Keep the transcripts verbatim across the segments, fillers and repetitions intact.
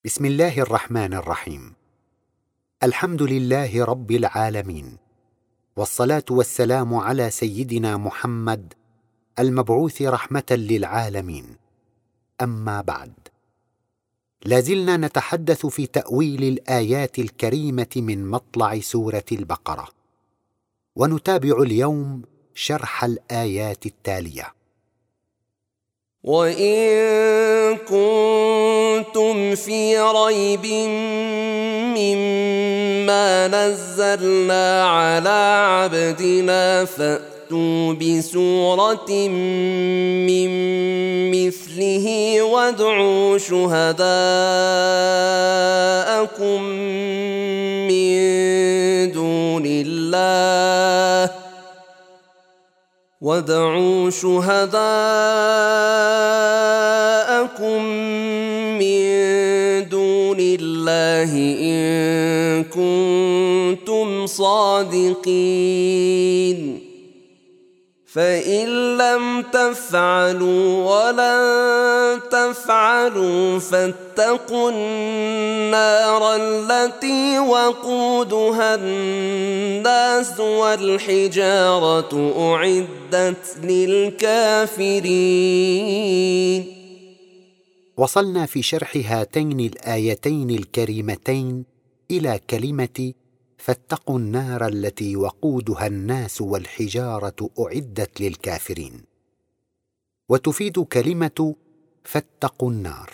بسم الله الرحمن الرحيم. الحمد لله رب العالمين، والصلاة والسلام على سيدنا محمد المبعوث رحمة للعالمين. أما بعد، لازلنا نتحدث في تأويل الآيات الكريمة من مطلع سورة البقرة، ونتابع اليوم شرح الآيات التالية. وإن كنتم في ريب مما نزلنا على عبدنا فأتوا بسورة من مثله وادعوا شهداءكم من دون الله وادعوا شهداءكم من دون الله إن كنتم صادقين، فإن لم تفعلوا ولن تفعلوا فاتقوا النار التي وقودها الناس والحجارة أعدت للكافرين. وصلنا في شرح هاتين الآيتين الكريمتين إلى كلمة فاتقوا النار التي وقودها الناس والحجارة أعدت للكافرين. وتفيد كلمة فاتقوا النار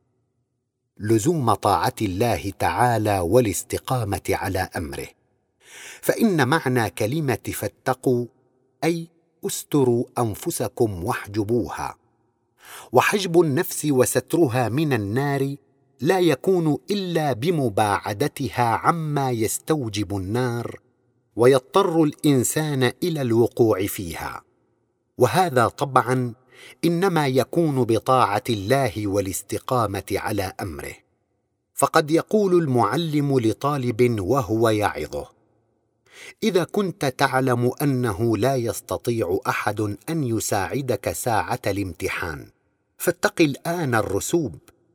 لزوم طاعة الله تعالى والاستقامة على أمره، فإن معنى كلمة فاتقوا أي استروا أنفسكم واحجبوها، وحجب النفس وسترها من النار لا يكون إلا بمباعدتها عما يستوجب النار ويضطر الإنسان إلى الوقوع فيها، وهذا طبعا إنما يكون بطاعة الله والاستقامة على أمره. فقد يقول المعلم لطالب وهو يعظه: إذا كنت تعلم أنه لا يستطيع أحد أن يساعدك ساعة الامتحان فاتق الآن الرسوب.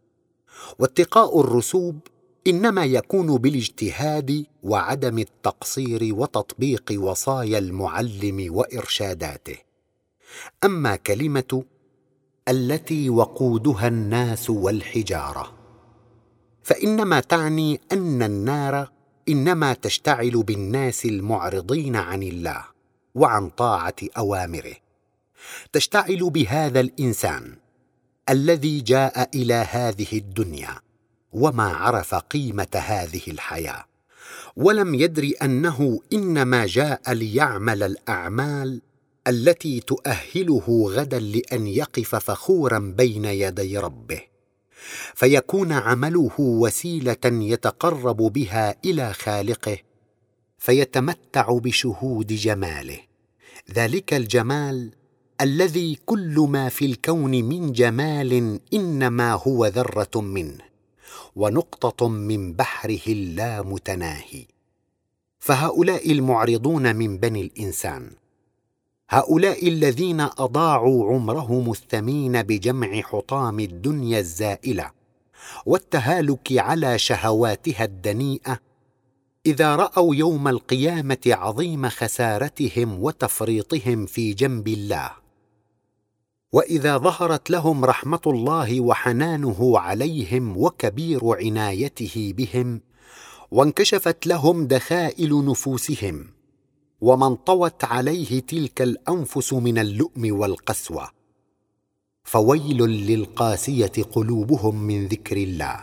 واتقاء الرسوب إنما يكون بالاجتهاد وعدم التقصير وتطبيق وصايا المعلم وإرشاداته. أما كلمة التي وقودها الناس والحجارة فإنما تعني أن النار إنما تشتعل بالناس المعرضين عن الله وعن طاعة أوامره، تشتعل بهذا الإنسان الذي جاء إلى هذه الدنيا وما عرف قيمة هذه الحياة، ولم يدر أنه إنما جاء ليعمل الأعمال التي تؤهله غدا لأن يقف فخورا بين يدي ربه، فيكون عمله وسيلة يتقرب بها إلى خالقه، فيتمتع بشهود جماله، ذلك الجمال الذي كل ما في الكون من جمال إنما هو ذرة منه ونقطة من بحره اللامتناهي. فهؤلاء المعرضون من بني الإنسان، هؤلاء الذين أضاعوا عمرهم الثمين بجمع حطام الدنيا الزائلة والتهالك على شهواتها الدنيئة، إذا رأوا يوم القيامة عظيم خسارتهم وتفريطهم في جنب الله، وإذا ظهرت لهم رحمة الله وحنانه عليهم وكبير عنايته بهم، وانكشفت لهم دخائل نفوسهم وما انطوت عليه تلك الأنفس من اللؤم والقسوة، فويل للقاسية قلوبهم من ذكر الله،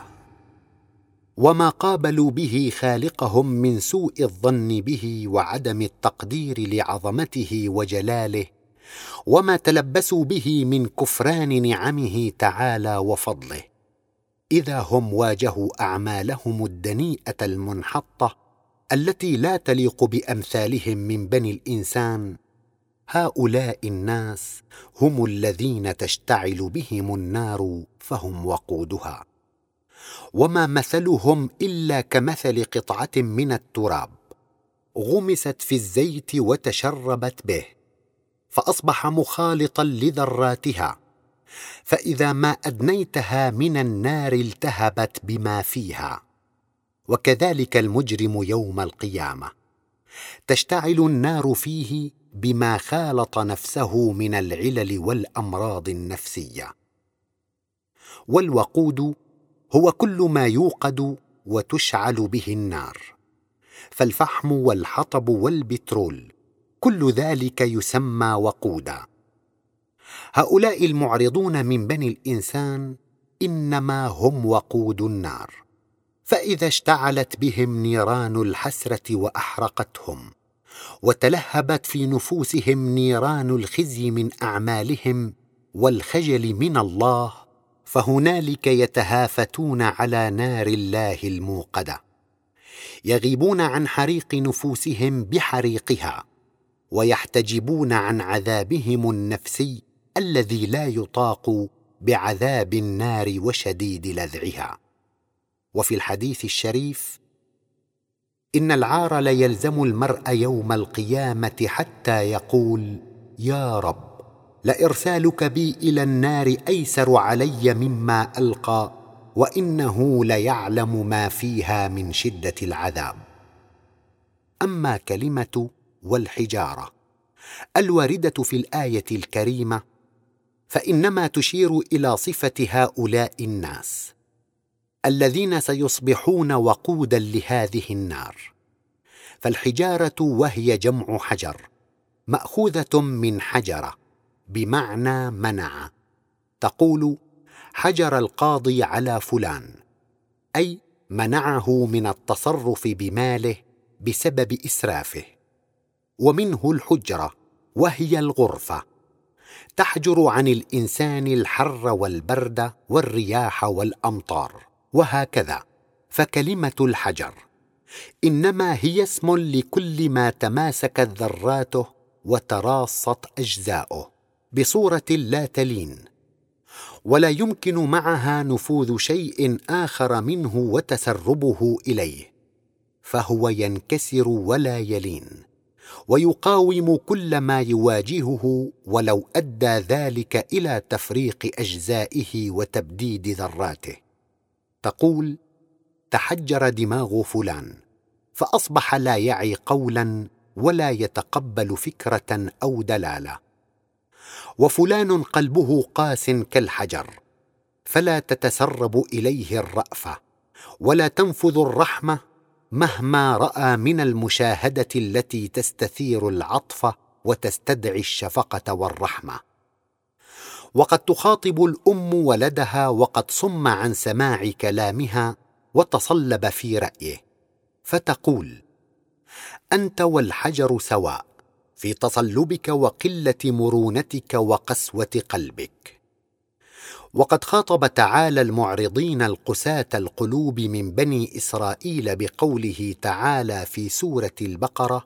وما قابلوا به خالقهم من سوء الظن به وعدم التقدير لعظمته وجلاله، وما تلبسوا به من كفران نعمه تعالى وفضله، إذا هم واجهوا أعمالهم الدنيئة المنحطة التي لا تليق بأمثالهم من بني الإنسان. هؤلاء الناس هم الذين تشتعل بهم النار فهم وقودها، وما مثلهم إلا كمثل قطعة من التراب غمست في الزيت وتشربت به، فأصبح مخالطا لذراتها فإذا ما أدنيتها من النار التهبت بما فيها. وكذلك المجرم يوم القيامة تشتعل النار فيه بما خالط نفسه من العلل والأمراض النفسية. والوقود هو كل ما يوقد وتشعل به النار، فالفحم والحطب والبترول كل ذلك يسمى وقودا. هؤلاء المعرضون من بني الإنسان إنما هم وقود النار، فإذا اشتعلت بهم نيران الحسرة وأحرقتهم، وتلهبت في نفوسهم نيران الخزي من أعمالهم والخجل من الله، فهنالك يتهافتون على نار الله الموقدة، يغيبون عن حريق نفوسهم بحريقها، ويحتجبون عن عذابهم النفسي الذي لا يطاق بعذاب النار وشديد لذعها. وفي الحديث الشريف: إن العار ليلزم المرء يوم القيامة حتى يقول: يا رب، لإرسالك بي إلى النار أيسر علي مما ألقى، وإنه ليعلم ما فيها من شدة العذاب. أما كلمة والحجارة الواردة في الآية الكريمة فإنما تشير إلى صفة هؤلاء الناس الذين سيصبحون وقودا لهذه النار. فالحجارة وهي جمع حجر مأخوذة من حجر بمعنى منع، تقول: حجر القاضي على فلان، أي منعه من التصرف بماله بسبب إسرافه. ومنه الحجرة وهي الغرفة، تحجر عن الإنسان الحر والبرد والرياح والأمطار، وهكذا. فكلمة الحجر إنما هي اسم لكل ما تماسكت ذراته وتراصت أجزاؤه بصورة لا تلين، ولا يمكن معها نفوذ شيء آخر منه وتسربه إليه، فهو ينكسر ولا يلين، ويقاوم كل ما يواجهه، ولو أدى ذلك إلى تفريق أجزائه وتبديد ذراته. تقول: تحجر دماغ فلان، فأصبح لا يعي قولا ولا يتقبل فكرة أو دلالة. وفلان قلبه قاس كالحجر، فلا تتسرب إليه الرأفة ولا تنفذ الرحمة مهما رأى من المشاهدة التي تستثير العطف وتستدعي الشفقة والرحمة. وقد تخاطب الأم ولدها وقد صم عن سماع كلامها وتصلب في رأيه، فتقول: أنت والحجر سواء في تصلبك وقلة مرونتك وقسوة قلبك. وقد خاطب تعالى المعرضين القساة القلوب من بني إسرائيل بقوله تعالى في سورة البقرة: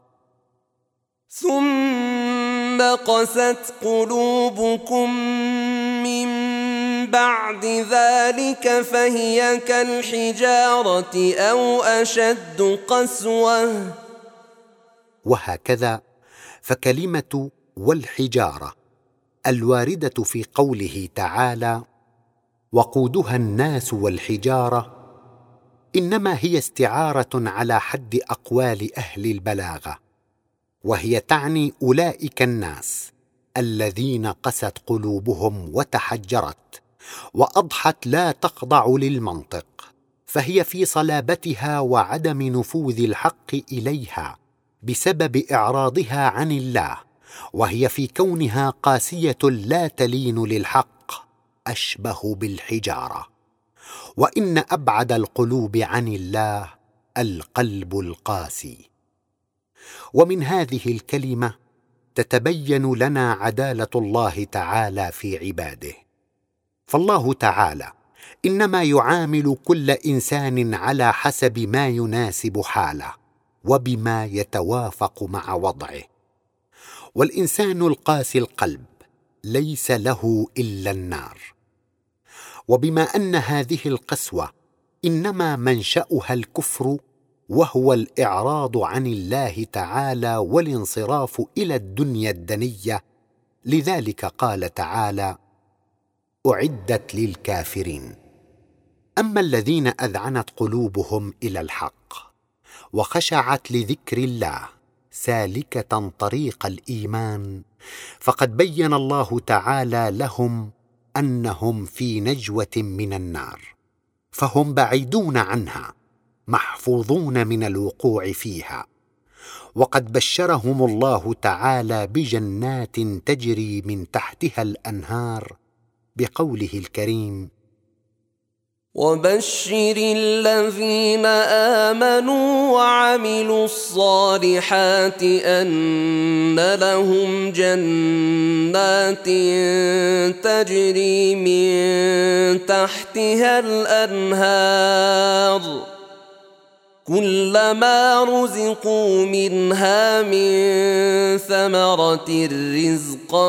ثم قست قلوبكم من بعد ذلك فهي كالحجارة أو أشد قسوة. وهكذا. فكلمة والحجارة الواردة في قوله تعالى: وقودها الناس والحجارة، إنما هي استعارة على حد أقوال أهل البلاغة، وهي تعني أولئك الناس الذين قست قلوبهم وتحجرت وأضحت لا تخضع للمنطق، فهي في صلابتها وعدم نفوذ الحق إليها بسبب إعراضها عن الله، وهي في كونها قاسية لا تلين للحق أشبه بالحجارة. وإن أبعد القلوب عن الله القلب القاسي. ومن هذه الكلمة تتبين لنا عدالة الله تعالى في عباده، فالله تعالى إنما يعامل كل إنسان على حسب ما يناسب حاله وبما يتوافق مع وضعه. والإنسان القاسي القلب ليس له إلا النار. وبما أن هذه القسوة إنما منشأها الكفر، وهو الإعراض عن الله تعالى والانصراف إلى الدنيا الدنية، لذلك قال تعالى: أعدت للكافرين. أما الذين أذعنت قلوبهم إلى الحق وخشعت لذكر الله سالكة طريق الإيمان، فقد بين الله تعالى لهم أنهم في نجوة من النار، فهم بعيدون عنها محفوظون من الوقوع فيها. وقد بشرهم الله تعالى بجنات تجري من تحتها الأنهار بقوله الكريم: وبشر الذين آمنوا وعملوا الصالحات أن لهم جنات تجري من تحتها الأنهار كلما رزقوا منها من ثمرة رزقا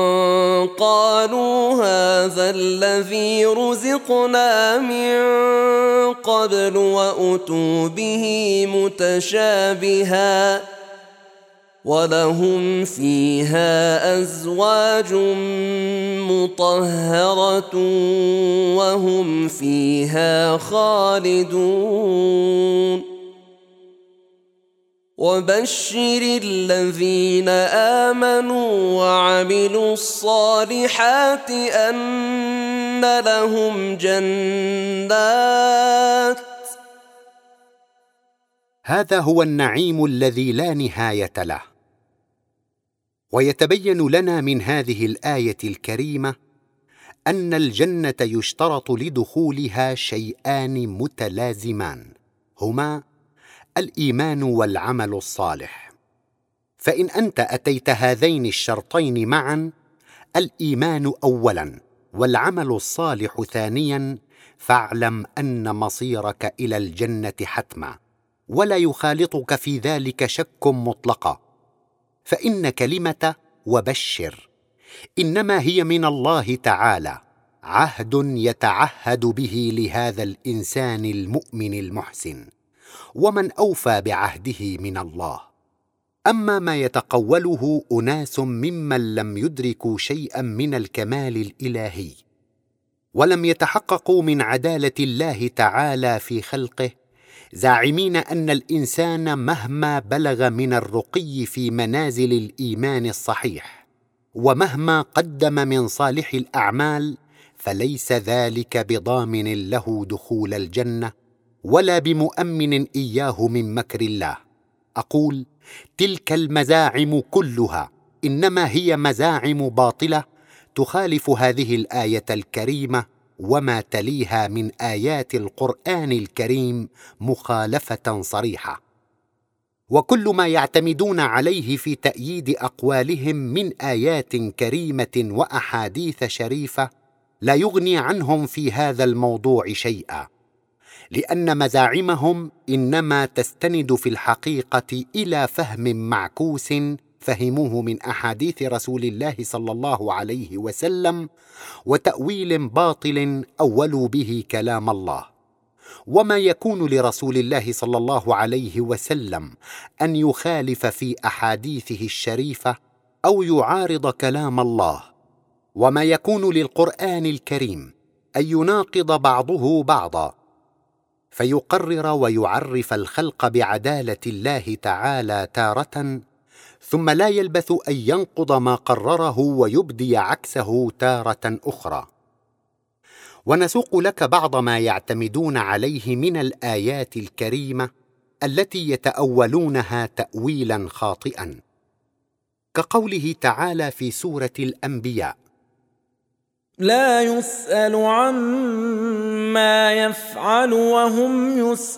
قالوا هذا الذي رزقنا من قبل وأتوا به متشابها ولهم فيها أزواج مطهرة وهم فيها خالدون. وبشر الذين آمنوا وعملوا الصالحات أن لهم جنات. هذا هو النعيم الذي لا نهاية له. ويتبين لنا من هذه الآية الكريمة أن الجنة يشترط لدخولها شيئان متلازمان، هما الإيمان والعمل الصالح. فإن أنت أتيت هذين الشرطين معا، الإيمان أولا والعمل الصالح ثانيا، فاعلم أن مصيرك إلى الجنة حتما، ولا يخالطك في ذلك شك مطلقا. فإن كلمة وبشر إنما هي من الله تعالى عهد يتعهد به لهذا الإنسان المؤمن المحسن، ومن أوفى بعهده من الله. أما ما يتقوله أناس ممن لم يدركوا شيئا من الكمال الإلهي ولم يتحققوا من عدالة الله تعالى في خلقه، زاعمين أن الإنسان مهما بلغ من الرقي في منازل الإيمان الصحيح ومهما قدم من صالح الأعمال، فليس ذلك بضامن له دخول الجنة ولا بمؤمن إياه من مكر الله. أقول تلك المزاعم كلها إنما هي مزاعم باطلة تخالف هذه الآية الكريمة وما تليها من آيات القرآن الكريم مخالفة صريحة. وكل ما يعتمدون عليه في تأييد أقوالهم من آيات كريمة وأحاديث شريفة لا يغني عنهم في هذا الموضوع شيئا، لأن مزاعمهم إنما تستند في الحقيقة إلى فهم معكوس فهموه من أحاديث رسول الله صلى الله عليه وسلم، وتأويل باطل أولوا به كلام الله. وما يكون لرسول الله صلى الله عليه وسلم أن يخالف في أحاديثه الشريفة أو يعارض كلام الله، وما يكون للقرآن الكريم أن يناقض بعضه بعضا، فيقرر ويعرف الخلق بعدالة الله تعالى تارة، ثم لا يلبث أن ينقض ما قرره ويبدي عكسه تارة أخرى. ونسوق لك بعض ما يعتمدون عليه من الآيات الكريمة التي يتأولونها تأويلا خاطئا، كقوله تعالى في سورة الأنبياء: لا يسأل عما يفعل وهم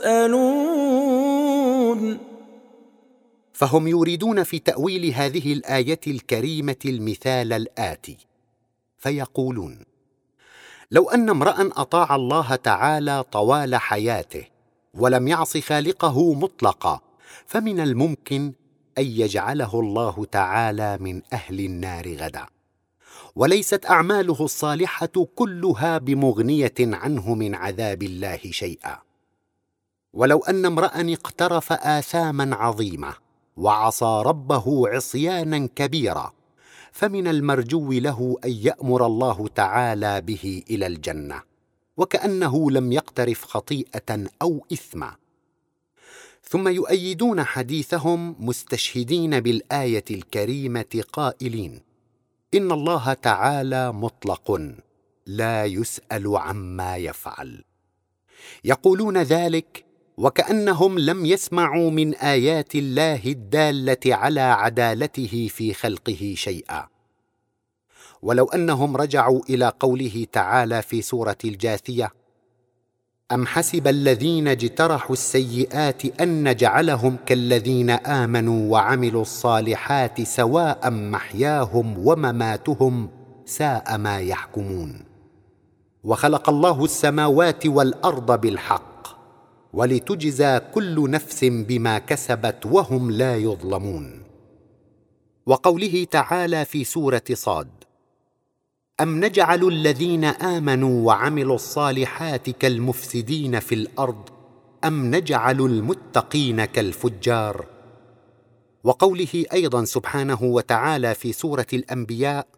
يسألون. فهم يريدون في تأويل هذه الآية الكريمة المثال الآتي، فيقولون: لو أن امرأ أطاع الله تعالى طوال حياته ولم يعص خالقه مطلقا، فمن الممكن أن يجعله الله تعالى من أهل النار غدا، وليست أعماله الصالحة كلها بمغنية عنه من عذاب الله شيئا. ولو أن امرأ اقترف آثاما عظيمة وعصى ربه عصيانا كبيرا، فمن المرجو له ان يامر الله تعالى به الى الجنه، وكانه لم يقترف خطيئه او اثما. ثم يؤيدون حديثهم مستشهدين بالايه الكريمه قائلين: ان الله تعالى مطلق لا يسال عما يفعل. يقولون ذلك وكانهم لم يسمعوا من ايات الله الداله على عدالته في خلقه شيئا. ولو انهم رجعوا الى قوله تعالى في سوره الجاثيه: ام حسب الذين اجترحوا السيئات ان نجعلهم كالذين امنوا وعملوا الصالحات سواء محياهم ومماتهم ساء ما يحكمون. وخلق الله السماوات والارض بالحق ولتجزى كل نفس بما كسبت وهم لا يظلمون. وقوله تعالى في سوره صاد: أم نجعل الذين آمنوا وعملوا الصالحات كالمفسدين في الأرض أم نجعل المتقين كالفجار. وقوله أيضا سبحانه وتعالى في سورة الأنبياء: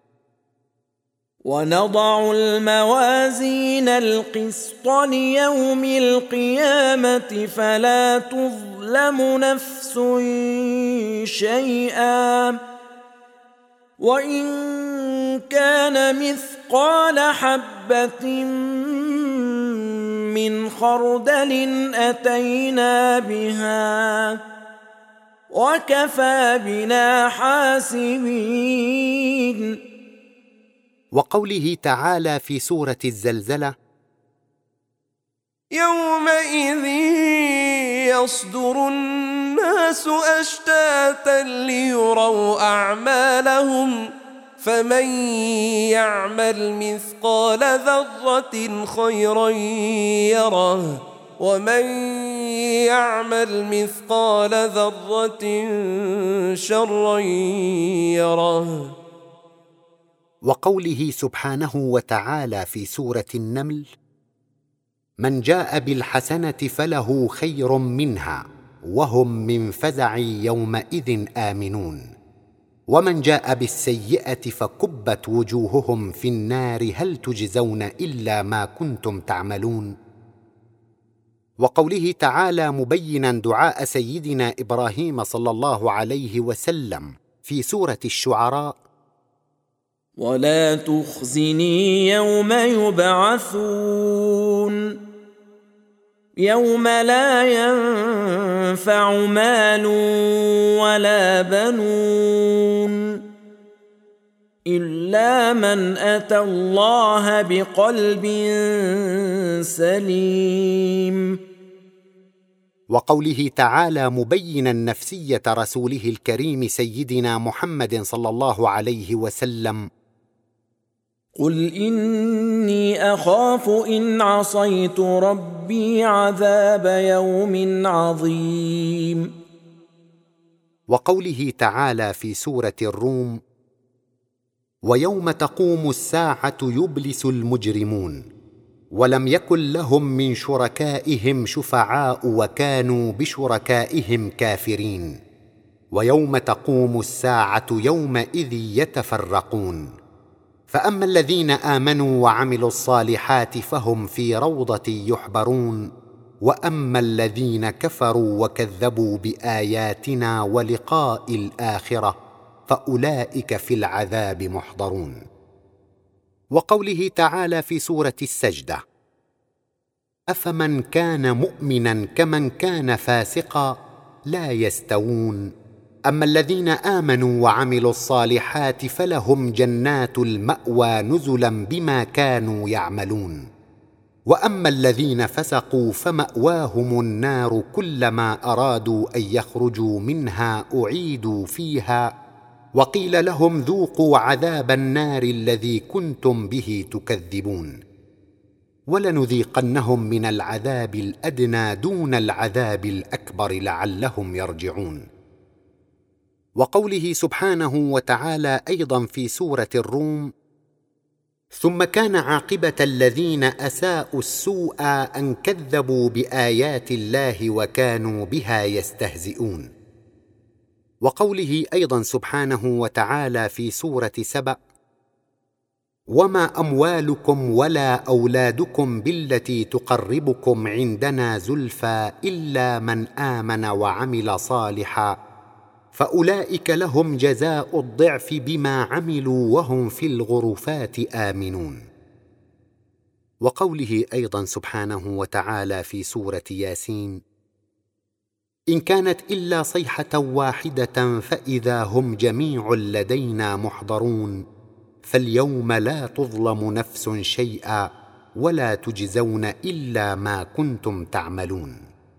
ونضع الموازين القسط ليوم القيامة فلا تظلم نفس شيئا وإن كان مثقال حبة من خردل أتينا بها وكفى بنا حاسبين. وقوله تعالى في سورة الزلزلة: يومئذ يصدر الناس أشتاتا ليروا أعمالهم فمن يعمل مثقال ذرة خيرا يره ومن يعمل مثقال ذرة شرا يره. وقوله سبحانه وتعالى في سورة النمل: من جاء بالحسنة فله خير منها وهم من فزع يومئذ آمنون ومن جاء بالسيئة فكبت وجوههم في النار هل تجزون إلا ما كنتم تعملون. وقوله تعالى مبينا دعاء سيدنا إبراهيم صلى الله عليه وسلم في سورة الشعراء: ولا تخزني يوم يبعثون يوم لا ينفع مال ولا بنون إلا من أتى الله بقلب سليم. وقوله تعالى مبينا نفسية رسوله الكريم سيدنا محمد صلى الله عليه وسلم: قل إني أخاف إن عصيت ربي عذاب يوم عظيم. وقوله تعالى في سورة الروم: ويوم تقوم الساعة يبلس المجرمون ولم يكن لهم من شركائهم شفعاء وكانوا بشركائهم كافرين ويوم تقوم الساعة يومئذ يتفرقون فأما الذين آمنوا وعملوا الصالحات فهم في روضة يحبرون وأما الذين كفروا وكذبوا بآياتنا ولقاء الآخرة فأولئك في العذاب محضرون. وقوله تعالى في سورة السجدة: أفمن كان مؤمنا كمن كان فاسقا لا يستوون أما الذين آمنوا وعملوا الصالحات فلهم جنات المأوى نزلا بما كانوا يعملون وأما الذين فسقوا فمأواهم النار كلما أرادوا أن يخرجوا منها أعيدوا فيها وقيل لهم ذوقوا عذاب النار الذي كنتم به تكذبون ولنذيقنهم من العذاب الأدنى دون العذاب الأكبر لعلهم يرجعون. وقوله سبحانه وتعالى أيضا في سورة الروم: ثم كان عاقبة الذين أساءوا السوء أن كذبوا بآيات الله وكانوا بها يستهزئون. وقوله أيضا سبحانه وتعالى في سورة سبأ: وما أموالكم ولا أولادكم بالتي تقربكم عندنا زلفى إلا من آمن وعمل صالحا فأولئك لهم جزاء الضعف بما عملوا وهم في الغرفات آمنون. وقوله أيضا سبحانه وتعالى في سورة ياسين: إن كانت إلا صيحة واحدة فإذا هم جميع لدينا محضرون فاليوم لا تظلم نفس شيئا ولا تجزون إلا ما كنتم تعملون.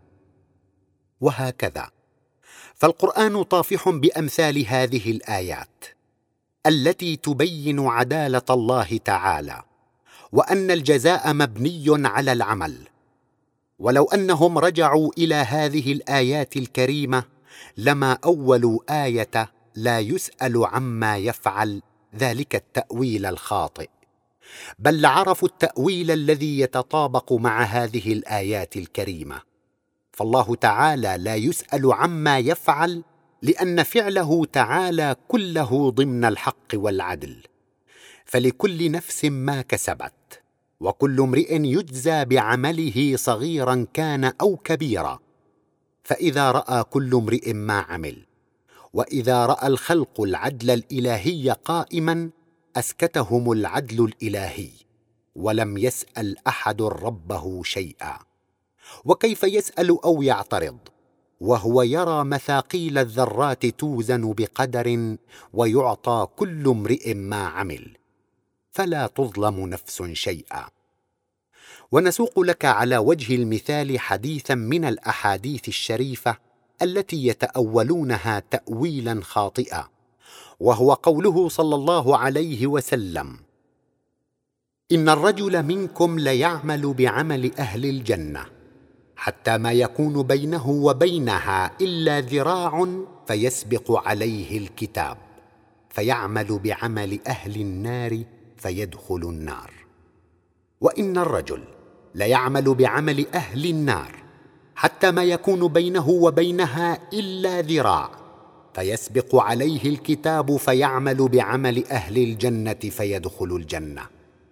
وهكذا، فالقرآن طافح بأمثال هذه الآيات التي تبين عدالة الله تعالى، وأن الجزاء مبني على العمل. ولو أنهم رجعوا إلى هذه الآيات الكريمة لما أولوا آية لا يسأل عما يفعل ذلك التأويل الخاطئ، بل لعرفوا التأويل الذي يتطابق مع هذه الآيات الكريمة. فالله تعالى لا يسأل عما يفعل لأن فعله تعالى كله ضمن الحق والعدل، فلكل نفس ما كسبت، وكل امرئ يجزى بعمله صغيرا كان أو كبيرا. فإذا رأى كل امرئ ما عمل، وإذا رأى الخلق العدل الإلهي قائما أسكتهم العدل الإلهي، ولم يسأل أحد ربه شيئا. وكيف يسأل أو يعترض وهو يرى مثاقيل الذرات توزن بقدر ويعطى كل امرئ ما عمل، فلا تظلم نفس شيئا. ونسوق لك على وجه المثال حديثا من الأحاديث الشريفة التي يتأولونها تأويلا خاطئا، وهو قوله صلى الله عليه وسلم: إن الرجل منكم ليعمل بعمل أهل الجنة حتى ما يكون بينه وبينها إلا ذراع فيسبق عليه الكتاب فيعمل بعمل أهل النار فيدخل النار. وإن الرجل ليعمل بعمل أهل النار حتى ما يكون بينه وبينها إلا ذراع فيسبق عليه الكتاب فيعمل بعمل أهل الجنة فيدخل الجنة.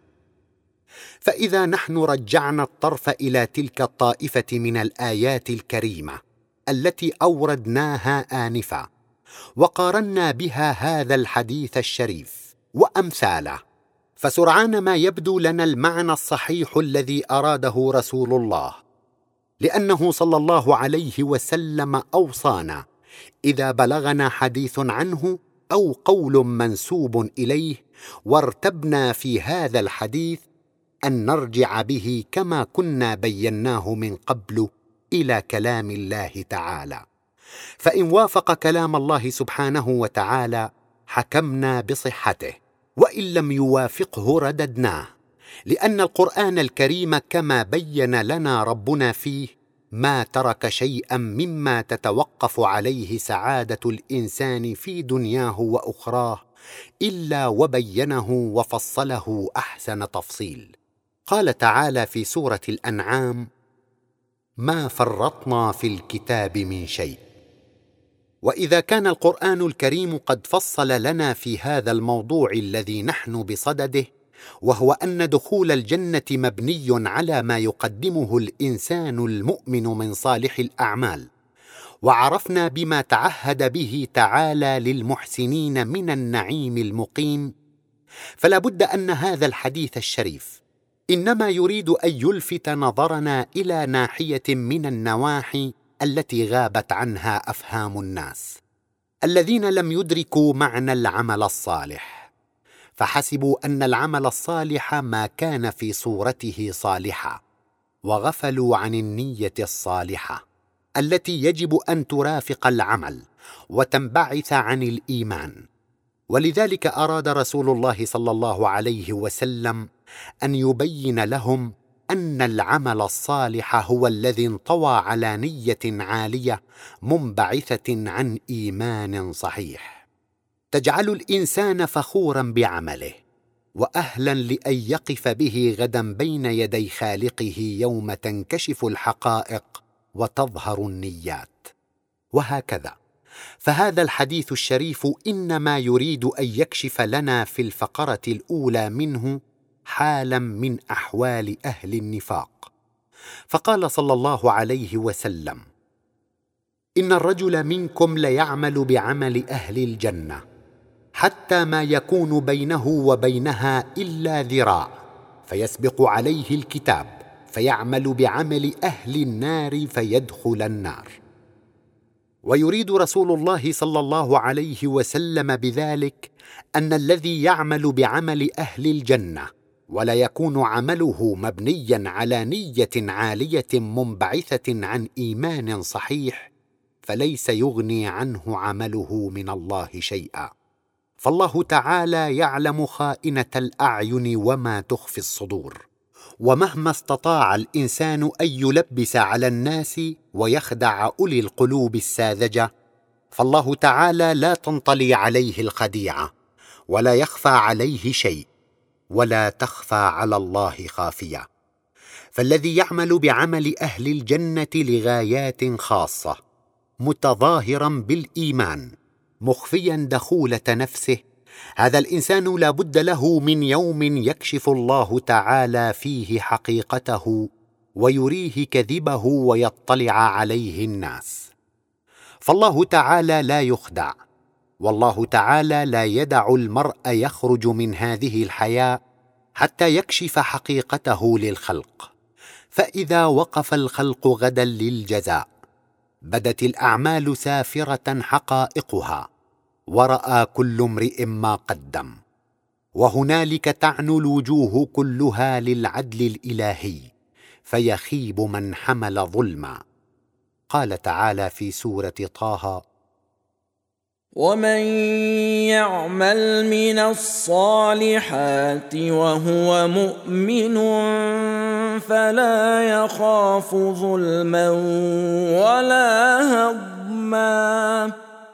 فإذا نحن رجعنا الطرف إلى تلك الطائفة من الآيات الكريمة التي أوردناها آنفا، وقارنا بها هذا الحديث الشريف وأمثاله، فسرعان ما يبدو لنا المعنى الصحيح الذي أراده رسول الله، لأنه صلى الله عليه وسلم أوصانا إذا بلغنا حديث عنه أو قول منسوب إليه وارتبنا في هذا الحديث أن نرجع به كما كنا بيناه من قبل إلى كلام الله تعالى، فإن وافق كلام الله سبحانه وتعالى حكمنا بصحته، وإن لم يوافقه رددناه، لأن القرآن الكريم كما بين لنا ربنا فيه ما ترك شيئا مما تتوقف عليه سعادة الإنسان في دنياه وأخراه إلا وبينه وفصله أحسن تفصيل. قال تعالى في سورة الأنعام: ما فرطنا في الكتاب من شيء. وإذا كان القرآن الكريم قد فصل لنا في هذا الموضوع الذي نحن بصدده، وهو أن دخول الجنة مبني على ما يقدمه الإنسان المؤمن من صالح الأعمال، وعرفنا بما تعهد به تعالى للمحسنين من النعيم المقيم، فلا بد أن هذا الحديث الشريف إنما يريد أن يلفت نظرنا إلى ناحية من النواحي التي غابت عنها أفهام الناس الذين لم يدركوا معنى العمل الصالح، فحسبوا أن العمل الصالح ما كان في صورته صالحا، وغفلوا عن النية الصالحة التي يجب أن ترافق العمل وتنبعث عن الإيمان. ولذلك أراد رسول الله صلى الله عليه وسلم أن يبين لهم أن العمل الصالح هو الذي انطوى على نية عالية منبعثة عن إيمان صحيح تجعل الإنسان فخورا بعمله وأهلا لأن يقف به غدا بين يدي خالقه يوم تنكشف الحقائق وتظهر النيات. وهكذا فهذا الحديث الشريف إنما يريد أن يكشف لنا في الفقرة الأولى منه حالا من أحوال أهل النفاق. فقال صلى الله عليه وسلم: إن الرجل منكم ليعمل بعمل أهل الجنة حتى ما يكون بينه وبينها إلا ذراع، فيسبق عليه الكتاب فيعمل بعمل أهل النار فيدخل النار. ويريد رسول الله صلى الله عليه وسلم بذلك أن الذي يعمل بعمل أهل الجنة ولا يكون عمله مبنيا على نية عالية منبعثة عن إيمان صحيح فليس يغني عنه عمله من الله شيئا، فالله تعالى يعلم خائنة الأعين وما تخفي الصدور. ومهما استطاع الإنسان أن يلبس على الناس ويخدع أولي القلوب الساذجة، فالله تعالى لا تنطلي عليه الخديعة ولا يخفى عليه شيء، ولا تخفى على الله خافية. فالذي يعمل بعمل أهل الجنة لغايات خاصة متظاهرا بالإيمان مخفيا دخولة نفسه، هذا الإنسان لا بد له من يوم يكشف الله تعالى فيه حقيقته ويريه كذبه ويطلع عليه الناس. فالله تعالى لا يخدع، والله تعالى لا يدع المرء يخرج من هذه الحياة حتى يكشف حقيقته للخلق. فإذا وقف الخلق غدا للجزاء بدت الأعمال سافرة حقائقها، ورأى كل امرئ ما قدم، وهنالك تعنو الوجوه كلها للعدل الإلهي، فيخيب من حمل ظلما. قال تعالى في سورة طه: ومن يعمل من الصالحات وهو مؤمن فلا يخاف ظلما ولا هضما.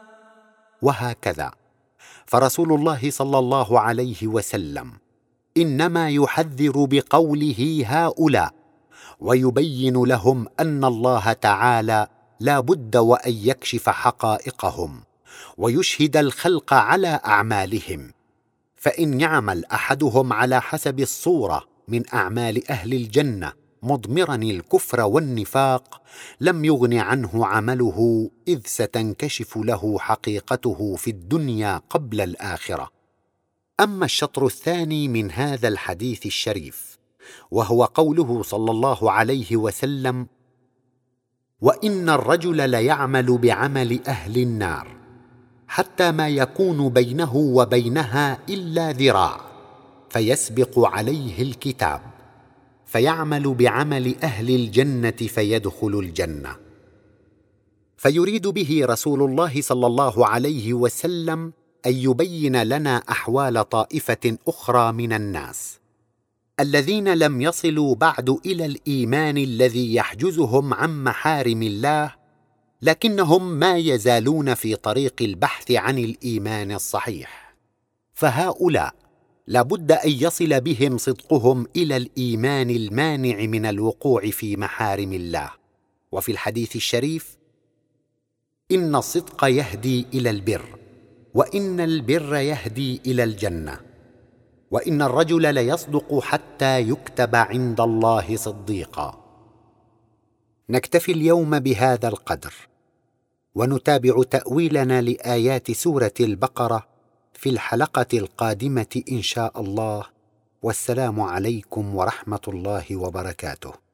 وهكذا فرسول الله صلى الله عليه وسلم إنما يحذر بقوله هؤلاء ويبين لهم أن الله تعالى لا بد وأن يكشف حقائقهم ويشهد الخلق على أعمالهم، فإن يعمل أحدهم على حسب الصورة من أعمال أهل الجنة مضمرا الكفر والنفاق لم يغن عنه عمله، إذ ستنكشف له حقيقته في الدنيا قبل الآخرة. أما الشطر الثاني من هذا الحديث الشريف وهو قوله صلى الله عليه وسلم: وإن الرجل ليعمل بعمل أهل النار حتى ما يكون بينه وبينها إلا ذراع، فيسبق عليه الكتاب فيعمل بعمل أهل الجنة فيدخل الجنة. فيريد به رسول الله صلى الله عليه وسلم أن يبين لنا أحوال طائفة أخرى من الناس الذين لم يصلوا بعد إلى الإيمان الذي يحجزهم عن محارم الله، لكنهم ما يزالون في طريق البحث عن الإيمان الصحيح. فهؤلاء لابد أن يصل بهم صدقهم إلى الإيمان المانع من الوقوع في محارم الله. وفي الحديث الشريف: إن الصدق يهدي إلى البر، وإن البر يهدي إلى الجنة، وإن الرجل ليصدق حتى يكتب عند الله صديقا. نكتفي اليوم بهذا القدر، ونتابع تأويلنا لآيات سورة البقرة في الحلقة القادمة إن شاء الله. والسلام عليكم ورحمة الله وبركاته.